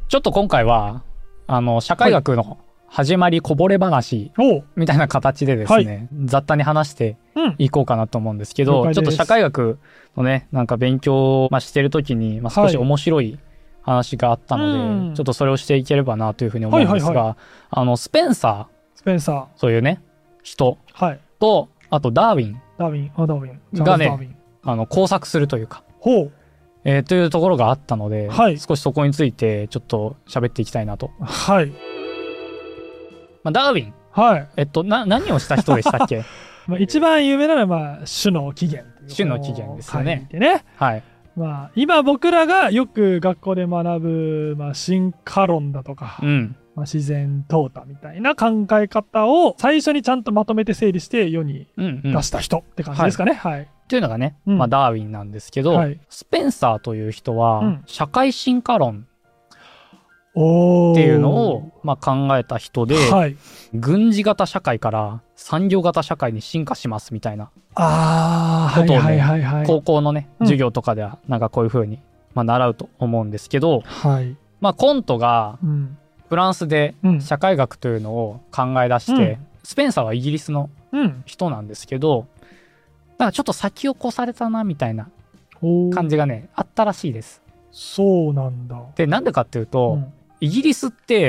ちょっと今回は社会学の始まりこぼれ話みたいな形でですね、雑多に話していこうかなと思うんですけど、ちょっと社会学のねなんか勉強してる時に、少し面白い話があったので、ちょっとそれをしていければなというふうに思うんですが、スペンサーそういうね人と、あとダーウィンがね工作するというかというところがあったので、少しそこについてちょっと喋っていきたいなと。ダーウィン、何をした人でしたっけ？ 一番有名なのは種の起源ですよね。 今僕らがよく学校で学ぶ、進化論だとか、自然淘汰みたいな考え方を最初にちゃんとまとめて整理して世に出した人って感じですかね。 というのがね、ダーウィンなんですけど、スペンサーという人は、社会進化論っていうのを考えた人で、軍事型社会から産業型社会に進化しますみたいなことをね、高校のね授業とかではなんかこういう風に習うと思うんですけど、コントがフランスで社会学というのを考え出して、スペンサーはイギリスの人なんですけど、なんかちょっと先を越されたなみたいな感じがねあったらしいです。 そうなんだ。 でなんでかっていうと、イギリスって、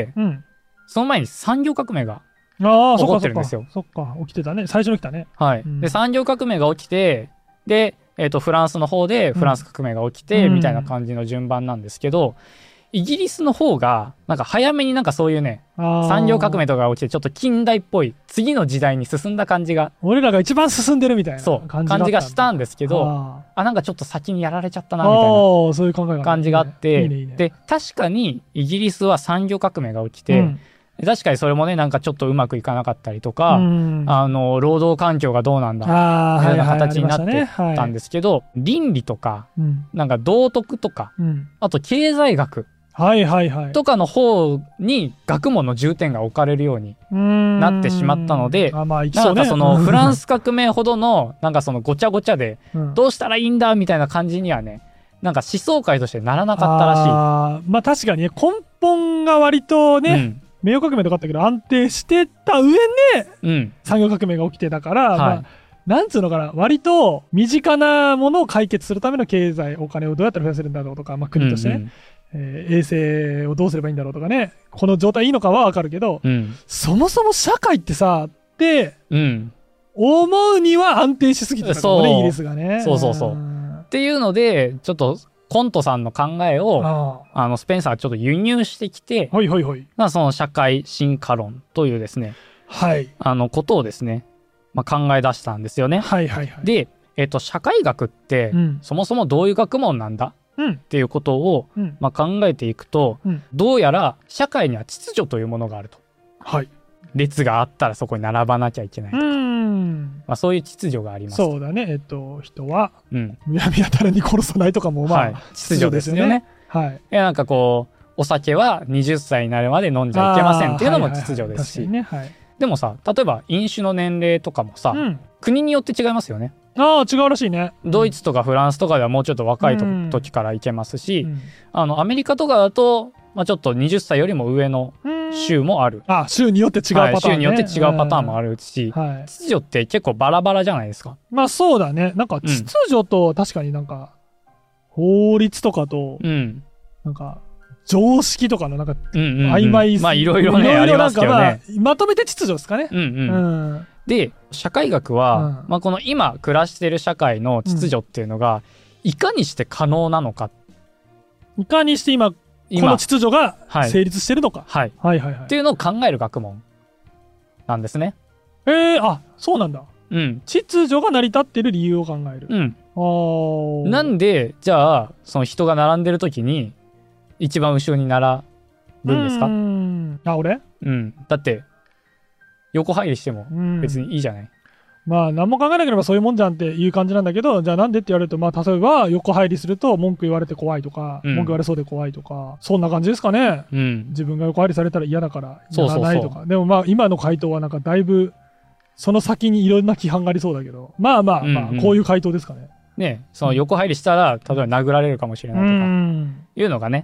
その前に産業革命が起こってるんですよ。 そっか起きてたね。最初に来たね。 で産業革命が起きて、で、フランスの方でフランス革命が起きて、みたいな感じの順番なんですけど、イギリスの方がなんか早めになんかそういうね産業革命とかが起きてちょっと近代っぽい次の時代に進んだ感じが、 俺らが一番進んでるみたいな感じがしたんですけど、なんかちょっと先にやられちゃったなみたいなそういう考え感じがあって、で確かにイギリスは産業革命が起きて、確かにそれもねなんかちょっとうまくいかなかったりとか、労働環境がどうなんだみたいな形になってたんですけど、倫理とか、なんか道徳とか、あと経済学とかの方に学問の重点が置かれるようになってしまったので、なんかそのフランス革命ほどのなんかそのごちゃごちゃでどうしたらいいんだみたいな感じにはねなんか思想界としてならなかったらしい。 確かにね根本が割とね、名誉革命とかあったけど安定してた上で、産業革命が起きてたから、なんつうのかな、割と身近なものを解決するための経済お金をどうやったら増やせるんだろうとか、国としてね、衛生をどうすればいいんだろうとかね、この状態いいのかは分かるけど、そもそも社会ってさって、思うには安定しすぎてたからね、イギリスがね。 っていうのでちょっとコントさんの考えをスペンサーがちょっと輸入してきて、その社会進化論というですね、ことをですね、考え出したんですよね。で、社会学って、そもそもどういう学問なんだっていうことを、考えていくと、どうやら社会には秩序というものがあると。列があったらそこに並ばなきゃいけないとか、そういう秩序があります。 そうだね。人はむやみやたらに殺さないとかも秩序ですよね。なんかこうお酒は20歳になるまで飲んじゃいけませんっていうのも秩序ですし、でもさ、例えば飲酒の年齢とかもさ、国によって違いますよね。 違うらしいね。 ドイツとかフランスとかではもうちょっと若い時からいけますし、アメリカとかだと、ちょっと20歳よりも上の州もある。 州によって違うパターンね。 州によって違うパターンもあるし、秩序って結構バラバラじゃないですか。 そうだね。なんか秩序と確かになんか法律とかと、なんか常識とかのなんか曖昧、 いろいろねありますけどね。 まとめて秩序ですかね。 で社会学は、この今暮らしている社会の秩序っていうのが、いかにして可能なのか、 いかにして今この秩序が成立してるのか、 っていうのを考える学問なんですね。 そうなんだ。秩序が成り立ってる理由を考える。 なんでじゃあその人が並んでる時に一番後ろに並ぶんですか？ 俺？ だって横入りしても別にいいじゃない。 何も考えなければそういうもんじゃんっていう感じなんだけど、じゃあなんでって言われると、例えば横入りすると文句言われて怖いとか、文句言われそうで怖いとか、そんな感じですかね。自分が横入りされたら嫌だからやらないとか。でも今の回答はなんかだいぶその先にいろんな規範がありそうだけど、こういう回答ですかね。 その横入りしたら例えば殴られるかもしれないとかいうのがね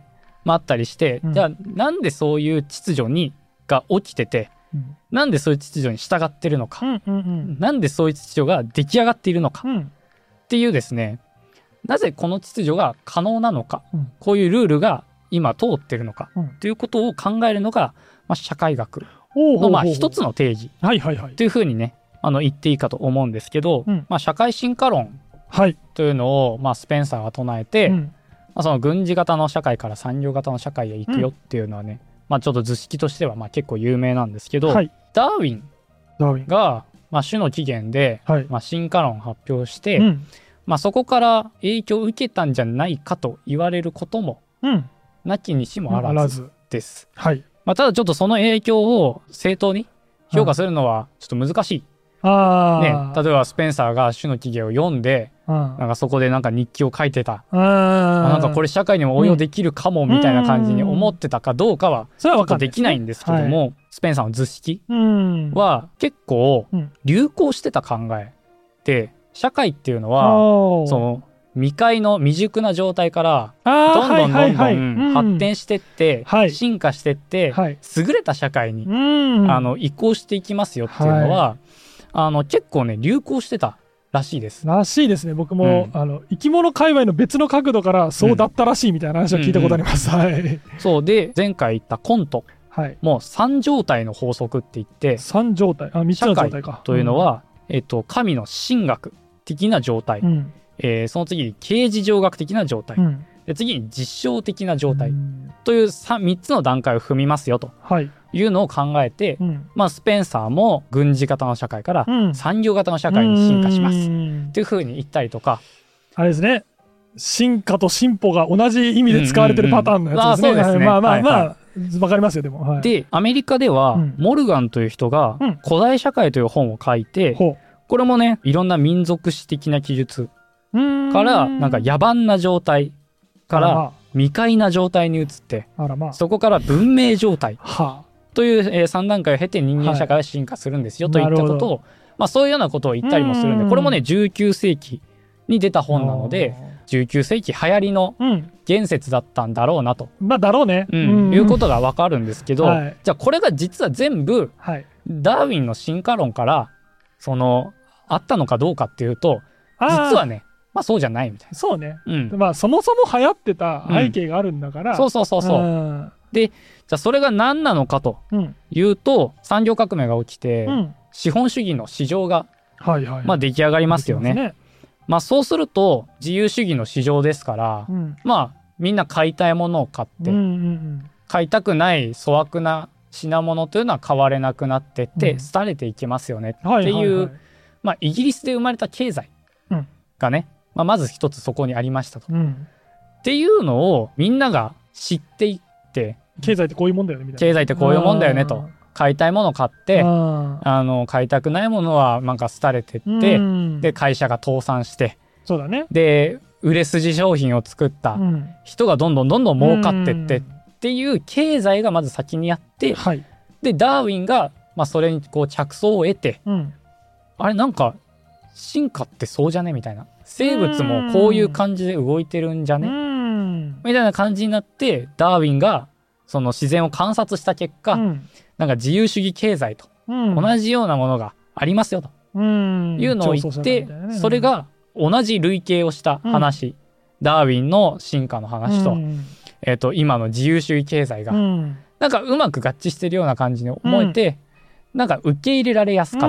あったりして、じゃあなんでそういう秩序が起きてて、なんでそういう秩序に従ってるのか、なんでそういう秩序が出来上がっているのか、っていうですね、なぜこの秩序が可能なのか、こういうルールが今通ってるのか、ということを考えるのが、社会学の一つの定義というふうにね、言っていいかと思うんですけど、社会進化論というのを、スペンサーが唱えて、その軍事型の社会から産業型の社会へ行くよっていうのはね、ちょっと図式としては結構有名なんですけど、ダーウィンが、種の起源で、進化論を発表して、そこから影響を受けたんじゃないかと言われることも、なきにしもあらずです。ただちょっとその影響を正当に評価するのはちょっと難しい。例えばスペンサーが種の起源を読んで、なんかそこでなんか日記を書いてた、なんかこれ社会にも応用できるかもみたいな感じに思ってたかどうかはちょっとできないんですけども、スペンサーの図式は結構流行してた考えで、社会っていうのはその未開の未熟な状態からどんどん発展してって、進化してって、優れた社会に移行していきますよっていうのは、結構ね流行してたらしいです。 らしいですね。僕も、生き物界隈の別の角度からそうだったらしいみたいな話は聞いたことあります。 そうで、前回言ったコントも3状態の法則って言って、 3状態、3つの状態かというのは、神の神学的な状態、その次に形而上学的な状態、で次に実証的な状態という 3つの段階を踏みますよというのを考えて、スペンサーも軍事型の社会から産業型の社会に進化しますっていうふうに言ったりとか、 あれですね、進化と進歩が同じ意味で使われてるパターンのやつですね。わかりますよ。でも、 でアメリカでは、モルガンという人が古代社会という本を書いて、これもねいろんな民族史的な記述からなんか野蛮な状態から未開な状態に移って、そこから文明状態という3段階を経て人間社会が進化するんですよといったことを、そういうようなことを言ったりもするんで、これもね19世紀に出た本なので、19世紀流行りの言説だったんだろうなと、 だろうね、 いうことが分かるんですけど、じゃあこれが実は全部ダーウィンの進化論からあったのかどうかっていうと、実はねそうじゃないみたいな。 そうね、そもそも流行ってた背景があるんだから、 そうで、じゃあそれが何なのかというと、産業革命が起きて、資本主義の市場が出来上がりますよね。そうすると自由主義の市場ですから、みんな買いたいものを買って、買いたくない粗悪な品物というのは買われなくなってって、廃れていきますよねっていう、イギリスで生まれた経済がね、まず一つそこにありましたと、っていうのをみんなが知っていって、 経済ってこういうもんだよねみたいな、 経済ってこういうもんだよねと、買いたいものを買って、買いたくないものはなんか廃れてって、で会社が倒産して、 そうだね、 で売れ筋商品を作った人がどんどん儲かってってっていう経済がまず先にあって、でダーウィンがそれにこう着想を得て、あれなんか進化ってそうじゃねみたいな、生物もこういう感じで動いてるんじゃねみたいな感じになって、ダーウィンがその自然を観察した結果、なんか自由主義経済と同じようなものがありますよというのを言って、それが同じ類型をした話、ダーウィンの進化の話と、今の自由主義経済がなんかうまく合致してるような感じに思えて、なんか受け入れられやすかった、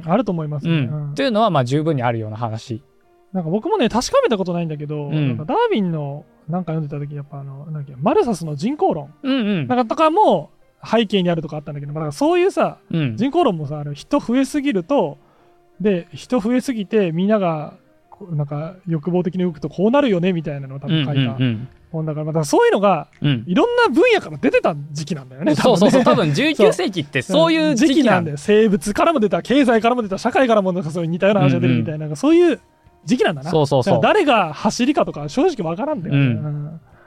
あると思いますね、 というのは十分にあるような話。 なんか僕もね確かめたことないんだけど、なんかダーウィンのなんか読んでた時、やっぱなんかマルサスの人工論、なんかとかも背景にあるとかあったんだけど、そういうさ、人工論もさ、人増えすぎると、で人増えすぎてみんながなんか欲望的に動くとこうなるよねみたいなのを多分書いた本だから、そういうのがいろんな分野から出てた時期なんだよね。 多分19世紀ってそういう時期なんだよ。 生物からも出た、経済からも出た、社会からもなんかそういう似たような話が出るみたいな、そういう時期なんだな。誰が走りかとか正直わからんだよね。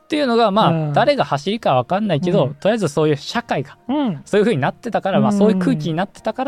っていうのが誰が走りか分かんないけど、とりあえずそういう社会がそういう風になってたから、そういう空気になってたから、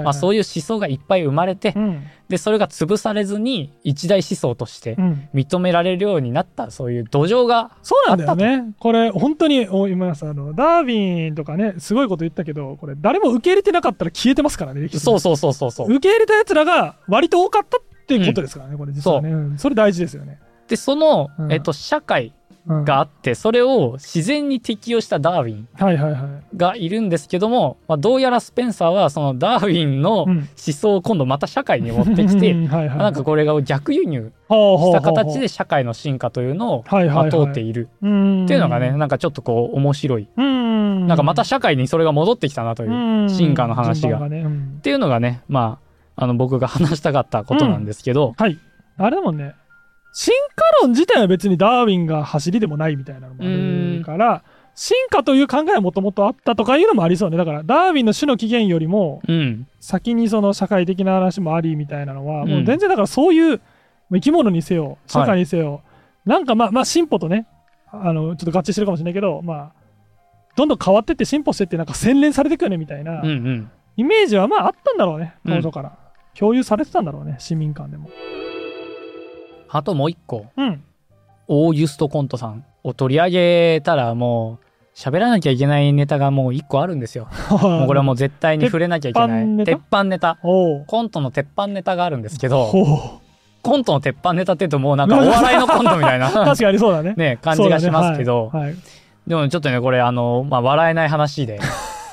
そういう思想がいっぱい生まれて、でそれが潰されずに一大思想として認められるようになった、そういう土壌があったと。 そうなんだよね。これ本当に今ダーウィンとかねすごいこと言ったけど、これ誰も受け入れてなかったら消えてますからね。 そう受け入れたやつらが割と多かったっていうことですからね、これ実はね。それ大事ですよね。 でその、社会があって、それを自然に適用したダーウィンがいるんですけども、どうやらスペンサーはそのダーウィンの思想を今度また社会に持ってきて、なんかこれが逆輸入した形で社会の進化というのを通っているっていうのがね、なんかちょっとこう面白い、なんかまた社会にそれが戻ってきたなという進化の話が、っていうのがね、僕が話したかったことなんですけど、 あれだもんね、進化論自体は別にダーウィンが走りでもないみたいなのもあるから、進化という考えはもともとあったとかいうのもありそうね。だからダーウィンの種の起源よりも先にその社会的な話もありみたいなのは、もう全然だからそういう生き物にせよ社会にせよ、なんか進歩とねちょっと合致してるかもしれないけど、どんどん変わってって進歩してってなんか洗練されていくよねみたいなイメージはあったんだろうね。当初から共有されてたんだろうね、市民間でも。 あともう一個、オーギュスト・コントさんを取り上げたらもう喋らなきゃいけないネタがもう一個あるんですよ。もうこれはもう絶対に触れなきゃいけない鉄板ネタ、コントの鉄板ネタがあるんですけど、コントの鉄板ネタって言うともうなんかお笑いのコントみたいな確かにそうだね感じがしますけど、でもちょっとねこれ笑えない話で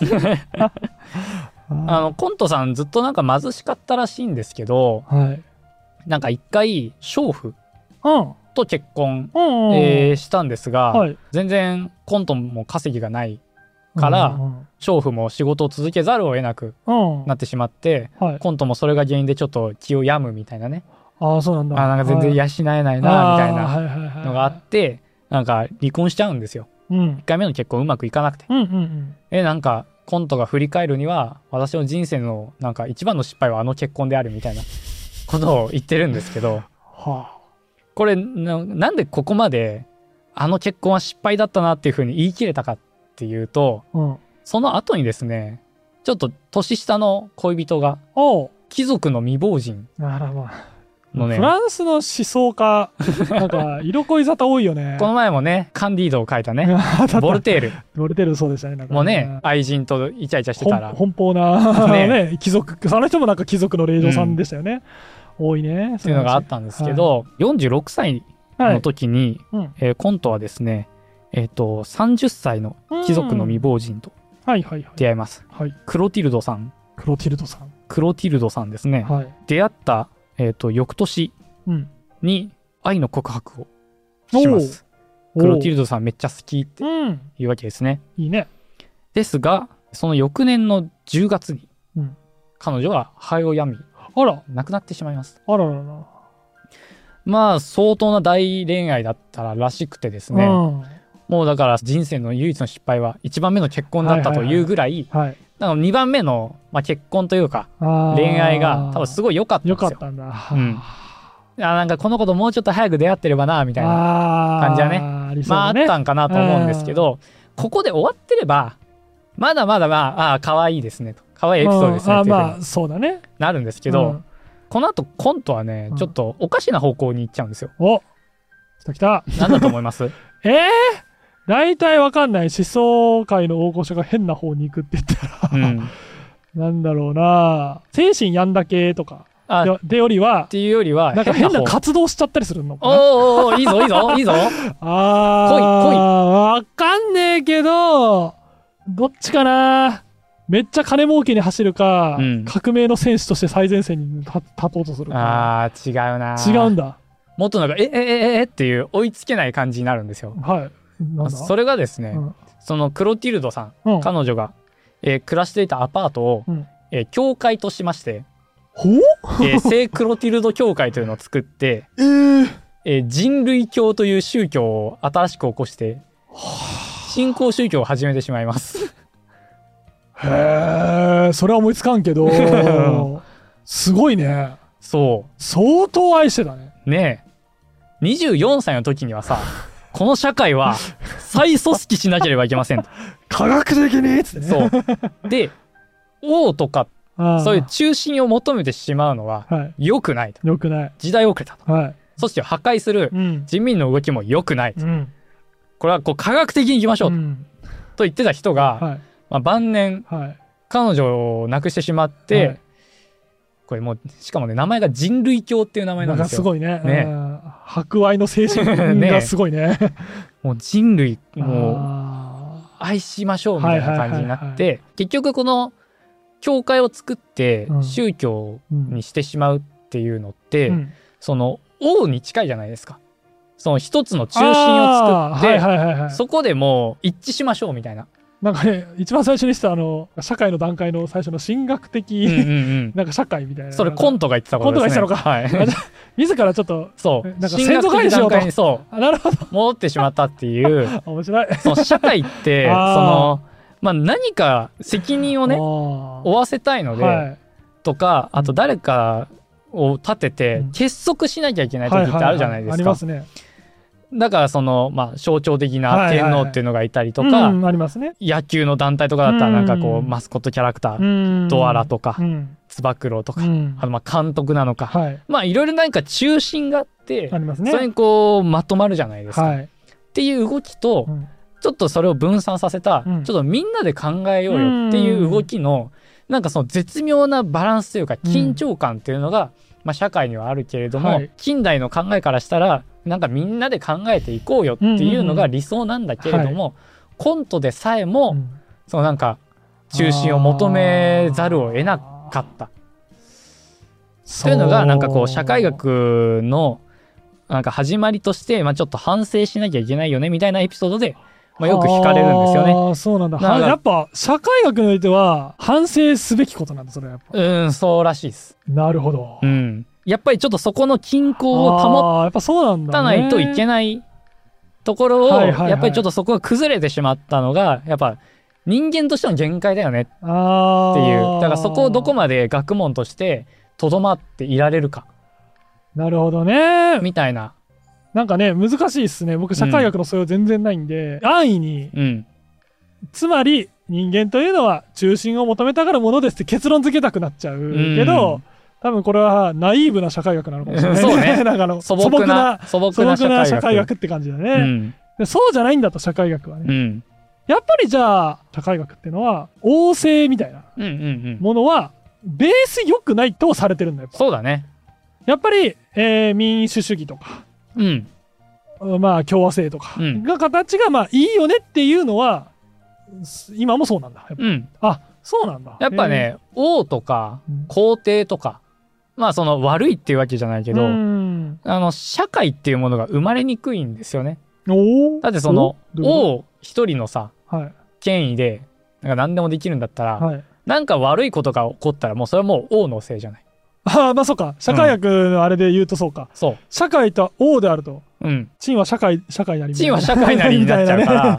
コントさんずっとなんか貧しかったらしいんですけど、なんか一回娼婦と結婚、したんですが、全然コントも稼ぎがないから、娼婦も仕事を続けざるを得なくなってしまって、コントもそれが原因でちょっと気を病むみたいなね。 そうなんだ。 なんか全然養えないなみたいなのがあって、なんか離婚しちゃうんですよ。1回目の結婚うまくいかなくて、なんかコントが振り返るには私の人生のなんか一番の失敗はあの結婚であるみたいなことを言ってるんですけど、これなんでここまであの結婚は失敗だったなっていうふうに言い切れたかっていうと、その後にですねちょっと年下の恋人が貴族の未亡人のね、 フランスの思想家なんか色恋沙汰多いよね。 この前もねカンディードを書いたねボルテールそうでしたね。なんかもうね愛人とイチャイチャしてたら奔放なね貴族、その人もなんか貴族の令嬢さんでしたよね。多いねっていうのがあったんですけど、46歳の時に、コントはですね30歳の貴族の未亡人と出会います。クロティルドさんですね。出会った翌年に愛の告白をします。クロティルドさんめっちゃ好きっていうわけですね。 いいね。 ですがその翌年の10月に、彼女は肺を病み亡くなってしまいます。相当な大恋愛だったらしくてですね、もうだから人生の唯一の失敗は1番目の結婚だったというぐらい、なんか2番目の、結婚というか恋愛が多分すごい良かったんですよ。 良かったんだ。 なんかこの子ともうちょっと早く出会ってればなみたいな感じはねあったんかなと思うんですけど、ここで終わってればまだ可愛いですねと、可愛いエピソードですねっていうふうにそうだねなるんですけど、この後コントはねちょっとおかしな方向に行っちゃうんですよ。 来た何だと思います大体わかんない。思想界の大御所が変な方に行くって言ったら、なんだろうな、精神やんだけとかでよりはっていうよりはなんか変な活動しちゃったりするのかな。 いいぞ来いわかんねえけどどっちかな。めっちゃ金儲けに走るか、革命の戦士として最前線に立とうとするか。 違うな。 違うんだ。 もっとなんかっていう追いつけない感じになるんですよ。それがですね、そのクロティルドさん、彼女が、暮らしていたアパートを、教会としまして、聖クロティルド教会というのを作って、人類教という宗教を新しく起こして新興宗教を始めてしまいます。 へえ、それは思いつかんけどすごいね。 そう相当愛してたね。 ねえ、24歳の時にはさこの社会は再組織しなければいけませんと。 科学的にっつってね。 そうで王とかそういう中心を求めてしまうのは良くないと、 良くない、 時代遅れたと、 はい、 組織を破壊する人民の動きも良くないと、これはこう科学的にいきましょうと言ってた人が、晩年、彼女を亡くしてしまって、これもうしかもね名前が人類教っていう名前なんですよ。 すごいね。博愛の精神がすごいね。 もう人類もう愛しましょうみたいな感じになって、結局この教会を作って宗教にしてしまうっていうのって、その王に近いじゃないですか。その一つの中心を作って、そこでもう一致しましょうみたいな。 なんかね、一番最初にした社会の段階の最初の神学的、なんか社会みたいな。 それコントが言ってたことですね。 コントが言ってたのか。はい。自らちょっと、 そう。 なんか先祖返しをと。 そう。 なるほど。 戻ってしまったっていう。 面白い。 その社会って、何か責任をね、負わせたいので、とか、あと誰かを立てて結束しなきゃいけない時ってあるじゃないですか。 ありますね。 だからその、象徴的な天皇っていうのがいたりとか、 ありますね。 野球の団体とかだったらなんかこう、マスコットキャラクター、ドアラとか、つば九郎とか、あと監督なのか、いろいろ何か中心があって、それにこうまとまるじゃないですか。っていう動きと、ちょっとそれを分散させた、ちょっとみんなで考えようよっていう動きの、なんかその絶妙なバランスというか緊張感っていうのが、社会にはあるけれども、近代の考えからしたらなんかみんなで考えていこうよっていうのが理想なんだけれども、コントでさえも、そのなんか中心を求めざるを得なかったというのがなんかこう社会学のなんか始まりとして、ちょっと反省しなきゃいけないよねみたいなエピソードで、よく聞かれるんですよね。 ああ、そうなんだ。やっぱ社会学においては反省すべきことなんだ、それはやっぱ。 そうらしいです。 なるほど。 やっぱりちょっとそこの均衡を保たないといけないところを、やっぱりちょっとそこが崩れてしまったのが、やっぱ人間としての限界だよねっていう。だからそこをどこまで学問としてとどまっていられるか。 なるほどね。 みたいな。 なんかね、難しいっすね。僕社会学の素養全然ないんで、安易に、つまり人間というのは中心を求めたがるものですって結論付けたくなっちゃうけど、多分これはナイーブな社会学なのかもしれないね。そうね。なんか素朴な社会学って感じだね。そうじゃないんだと、社会学はね。やっぱりじゃあ社会学っていうのは王政みたいなものはベース良くないとされてるんだよ。 そうだね。 やっぱり、民主主義とか、共和制とかが形がいいよねっていうのは今もそうなんだ。あ、そうなんだ。 やっぱね、王とか皇帝とか、その悪いっていうわけじゃないけど、社会っていうものが生まれにくいんですよね。だってその王一人のさ、権威でなんか何でもできるんだったら、なんか悪いことが起こったらもうそれはもう王のせいじゃない。 そうか。社会学のあれで言うとそうか。社会と王であると。陳は社会なり。 陳は社会なりになっちゃうから。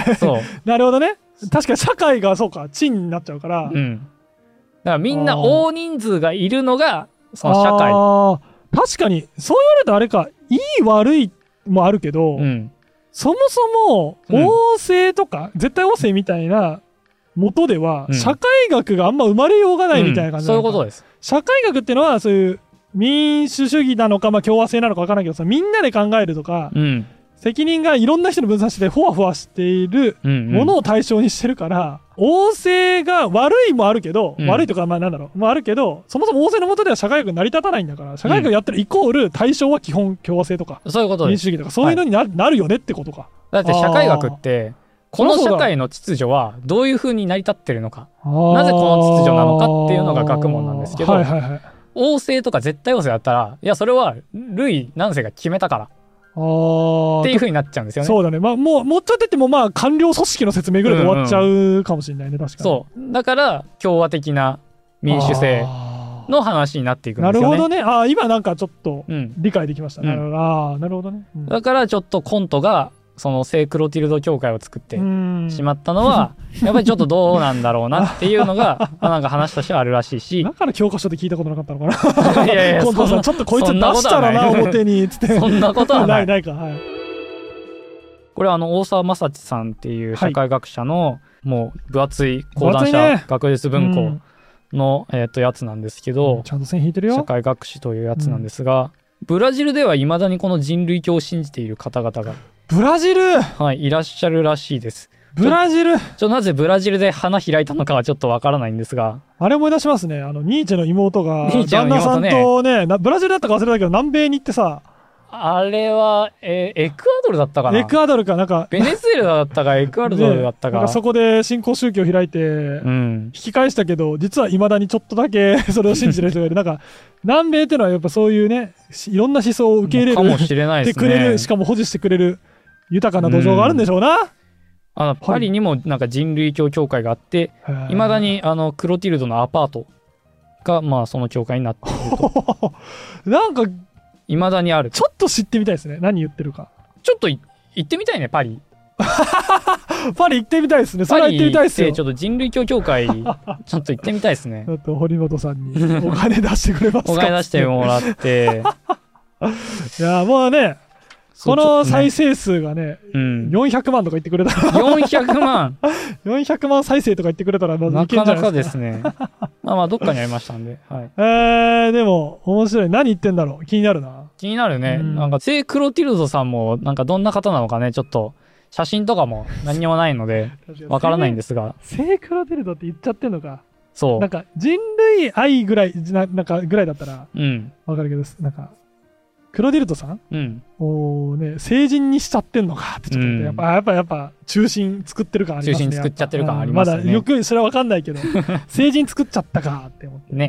そう。なるほどね。確かに社会がそうか。陳になっちゃうから。だからみんな大人数がいるのがその社会。 確かにそう言われるとあれか、いい悪いもあるけど、そもそも王政とか、絶対王政みたいな元では、社会学があんま生まれようがないみたいな感じ、 そういうことです。 社会学っていうのはそういう民主主義なのか、共和制なのか分からないけどさ、みんなで考えるとか、責任がいろんな人に分散してふわふわしているものを対象にしてるから、王政が悪いもあるけど、悪いとかあるけど、そもそも王政の下では社会学成り立たないんだから、社会学やってるイコール対象は基本共和制とか、 そういうことです。 民主主義とかそういうのになるよねってことか。 だって社会学ってこの社会の秩序はどういう風に成り立ってるのか、なぜこの秩序なのかっていうのが学問なんですけど、王政とか絶対王政だったら、いやそれはルイ何世が決めたからっていう風になっちゃうんですよね。 そうだね。もうちょっと言っても官僚組織の説明ぐらいで終わっちゃうかもしれないね。確かに。 そうだから共和的な民主制の話になっていくんですよね。 なるほどね。今なんかちょっと理解できました。なるほどね。 だからちょっとコントがその聖クロティルド教会を作ってしまったのはやっぱりちょっとどうなんだろうなっていうのがなんか話としてはあるらしいし、 だから教科書で聞いたことなかったのかな。いや近藤さんちょっとこいつ出したらな表につって。 そんなことはない。 ないか。 これは大沢正知さんっていう社会学者の、もう分厚い講談社学術文庫の、やつなんですけど、 ちゃんと線引いてるよ。 社会学史というやつなんですが、ブラジルではいまだにこの人類教を信じている方々がブラジル、 はい、いらっしゃるらしいです。 ブラジルなぜブラジルで花開いたのかはちょっとわからないんですが、 あれ思い出しますね。ニーチェの妹が旦那さんとね、ブラジルだったか忘れたけど南米に行ってさ、 あれは、エクアドルだったかな。 エクアドルかなんかベネズエラだったかエクアドルだったか、 なんかそこで新興宗教を開いて、引き返したけど実はいまだにちょっとだけそれを信じてる人がいる。なんか南米っていうのはやっぱそういうね、いろんな思想を受け入れるかもしれないですね。 くれる、しかも保持してくれる豊かな土壌があるんでしょうな。 パリにもなんか人類教協会があって、いまだにクロティルドのアパートがまあその教会になっているとなんかいまだにある。 ちょっと知ってみたいですね、何言ってるか。 ちょっと行ってみたいね、パリパリ行ってみたいですね。それは行ってみたいですよ。 ちょっと人類教協会ちょっと行ってみたいですね。 ちょっと堀本さんにお金出してくれますか。 お金出してもらっていやもうね、この再生数がね、400万とか言ってくれたら 400万 400万再生とか言ってくれたらまずいけんじゃないですか。 なかなかですね。まあどっかにありましたんで、はい、 でも面白い。何言ってんだろう、気になるな。 気になるね。なんか聖クロティルドさんもなんかどんな方なのかね、ちょっと写真とかも何にもないのでわからないんですが、 聖クロティルドって言っちゃってんのか。 そう、 なんか人類愛ぐらいなんかぐらいだったらわかるけど、なんかクロディルトさん、をね、成人にしちゃってんのかってちょっと、やっぱ中心作ってる感ありますね。 中心作っちゃってる感ありますね。 まだよくそれは分かんないけど成人作っちゃったかって思ってね。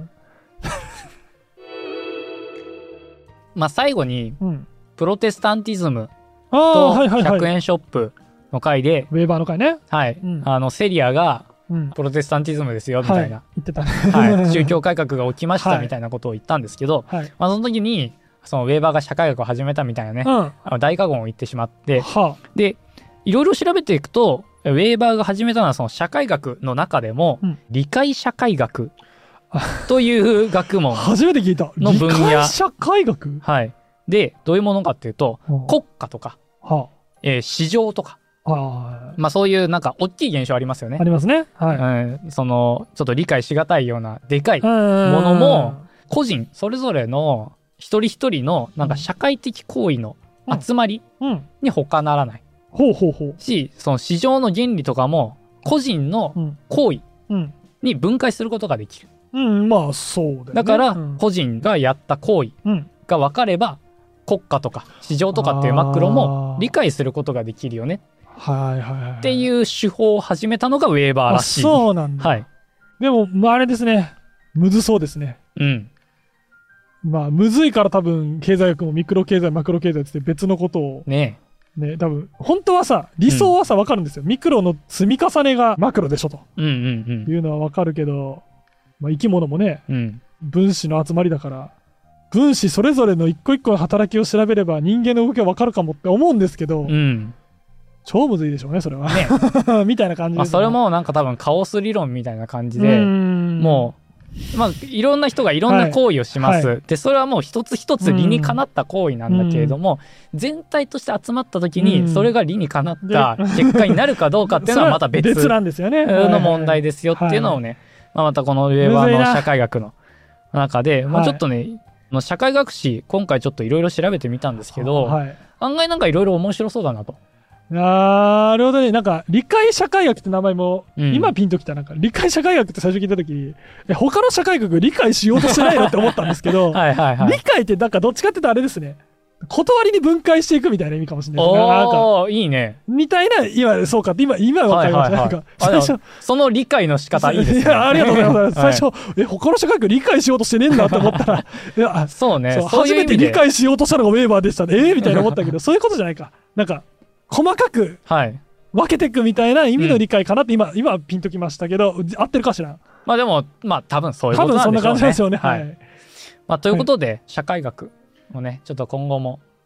まあ最後に、プロテスタンティズムと100円ショップの回で、 ウェーバーの回ね、 はい、セリアがプロテスタンティズムですよみたいな、 言ってたね、 宗教改革が起きましたみたいなことを言ったんですけど、まあその時にそのウェーバーが社会学を始めたみたいなね、大過言を言ってしまって、でいろいろ調べていくと、ウェーバーが始めたのはその社会学の中でも、理解社会学という学問初めて聞いたの分野。理解社会学、 はい、でどういうものかっていうと、国家とか、市場とか、まあそういうなんか大きい現象ありますよね。 ありますね。 そのちょっと理解しがたいようなでかいものも、個人それぞれの一人一人のなんか社会的行為の集まりに他ならないし、その市場の原理とかも個人の行為に分解することができる。 まあそうだよね。 だから個人がやった行為が分かれば、国家とか市場とかっていうマクロも理解することができるよねっていう手法を始めたのがウェーバーらしい。 そうなんだ。でもあれですね、むずそうですね。まあむずいから多分経済学もミクロ経済マクロ経済って別のことをね、多分本当はさ、理想はさ分かるんですよ。ミクロの積み重ねがマクロでしょというのは分かるけど、まあ、生き物もね、分子の集まりだから、分子それぞれの一個一個の働きを調べれば人間の動きは分かるかもって思うんですけど、超むずいでしょうねそれはねみたいな感じで、 それもなんか多分カオス理論みたいな感じで、もうまあいろんな人がいろんな行為をします、でそれはもう一つ一つ理にかなった行為なんだけれども、全体として集まった時にそれが理にかなった結果になるかどうかっていうのはまた別なんですよねの問題ですよっていうのをね、またこのウェーバーの社会学の中で、ちょっとね、社会学史今回ちょっといろいろ調べてみたんですけど、案外なんかいろいろ面白そうだなと。 なるほどね。なんか理解社会学って名前も、今ピンときた。なんか理解社会学って最初聞いた時、他の社会学理解しようとしてないのって思ったんですけど、理解ってなんかどっちかっていうとあれですね、断りに分解していくみたいな意味かもしれないですね。 なんかいいねみたいな、今そうかって今分かりました。なんか最初その理解の仕方いいですね。 いやありがとうございます。最初他の社会学理解しようとしてねえんだって思ったら、いやそうね、 初めて理解しようとしたのがウェーバーでしたね。みたいな思ったけど、そういうことじゃないか。なんか細かく分けていくみたいな意味の理解かなって今ピンときましたけど、合ってるかしら。 まあでも多分そういうことなんでしょうね。 多分そんな感じなんですよね。 ということで、社会学をねちょっと今後も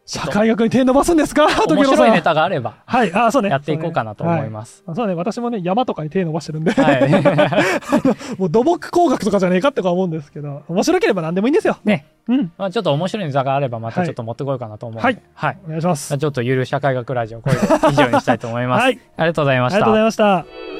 社会学に手伸ばすんですか？ 面白いネタがあれば、 はい、そうね。 やっていこうかなと思います。 そうね、私もね、山とかに手伸ばしてるんで、もう土木工学とかじゃねえかって思うんですけど、面白ければ何でもいいんですよ。 ね。まあちょっと面白いネタがあれば、またちょっと持ってこようかなと思うので、 はい。お願いします。 ちょっとゆる社会学ラジオ、これ以上にしたいと思います。はい。ありがとうございました。 ありがとうございました。